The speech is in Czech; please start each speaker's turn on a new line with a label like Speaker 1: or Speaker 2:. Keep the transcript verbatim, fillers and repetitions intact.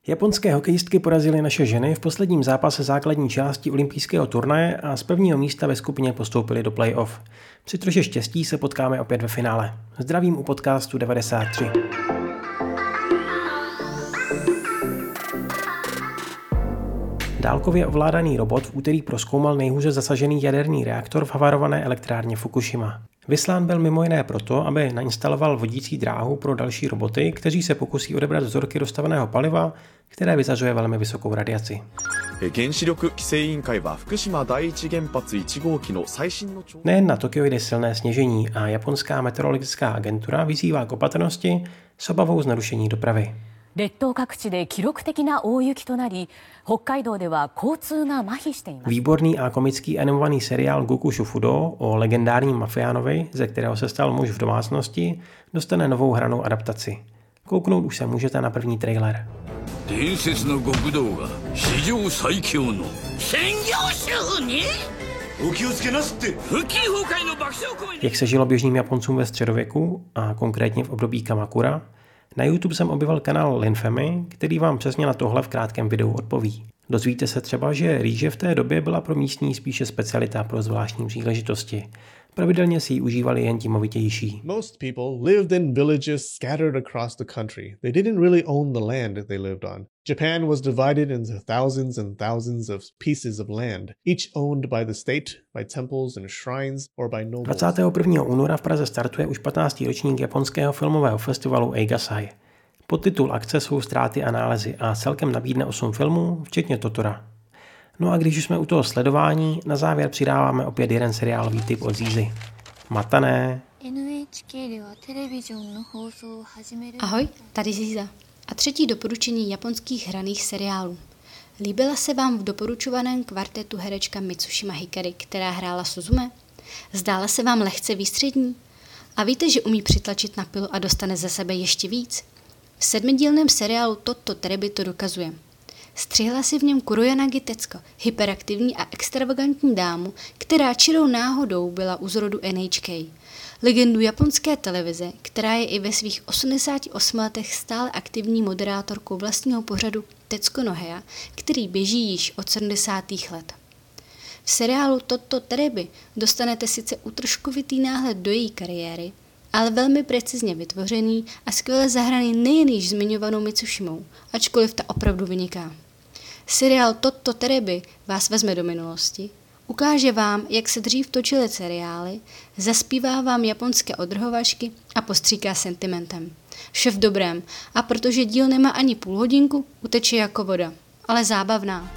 Speaker 1: Japonské hokejistky porazily naše ženy v posledním zápase základní části olympijského turnaje a z prvního místa ve skupině postoupily do play-off. Při troše štěstí se potkáme opět ve finále. Zdravím u podcastu devadesát tři. Dálkově ovládaný robot v úterý prozkoumal nejhůře zasažený jaderný reaktor v havarované elektrárně Fukushima. Vyslán byl mimo jiné proto, aby nainstaloval vodící dráhu pro další roboty, kteří se pokusí odebrat vzorky roztaveného paliva, které vyzařuje velmi vysokou radiaci. Nejen na Tokio jde silné sněžení a japonská meteorologická agentura vyzývá k opatrnosti s obavou z narušení dopravy.
Speaker 2: 列島各地で記録的な大雪となり、北海道では交通が麻痺しています。
Speaker 1: Výborný a komický animovaný seriál Goku Shufudo o legendárním mafiánovi, ze kterého se stal muž v domácnosti, dostane novou hranou adaptaci. Kouknout už se můžete na první trailer. Jak se žilo běžným Japoncům ve středověku a konkrétně v období Kamakura, na YouTube jsem objevil kanál Linfemy, který vám přesně na tohle v krátkém videu odpoví. Dozvíte se třeba, že rýže v té době byla pro místní spíše specialita pro zvláštní příležitosti. Pravidelně si ji užívali jen ti movitější.
Speaker 3: Most people lived in villages scattered across the country. They didn't really own the land they lived on. Japan was divided into thousands and thousands of pieces of land, each owned by the state, by temples and shrines, or by nobles.
Speaker 1: dvacátého prvního února v Praze startuje už patnáctý ročník japonského filmového festivalu Eigasai. Podtitul akce jsou Ztráty a nálezy a celkem nabídne osm filmů, včetně Totora. No a když už jsme u toho sledování, na závěr přidáváme opět jeden seriálový tip od Zízy. Matané.
Speaker 4: Ahoj, tady Zíza. A třetí doporučení japonských hraných seriálů. Líbila se vám v doporučovaném kvartetu herečka Mitsushima Hikari, která hrála Suzume? Zdála se vám lehce výstřední? A víte, že umí přitlačit na pilu a dostane ze sebe ještě víc? V sedmidílném seriálu Toto Terebi to dokazuje. Střihla si v něm Kuroyanagi Tetsuko, hyperaktivní a extravagantní dámu, která čirou náhodou byla u zrodu N H K. Legendu japonské televize, která je i ve svých osmdesáti osmi letech stále aktivní moderátorkou vlastního pořadu Tetsuko no Heya, který běží již od sedmdesátých let. V seriálu Toto Terebi dostanete sice útržkovitý náhled do její kariéry, ale velmi precizně vytvořený a skvěle zahraný nejen již zmiňovanou Mitsushimou, ačkoliv ta opravdu vyniká. Seriál Toto Terebi vás vezme do minulosti, ukáže vám, jak se dřív točily seriály, zaspívá vám japonské odrhovačky a postříká sentimentem. Vše v dobrém, a protože díl nemá ani půl hodinku, uteče jako voda, ale zábavná.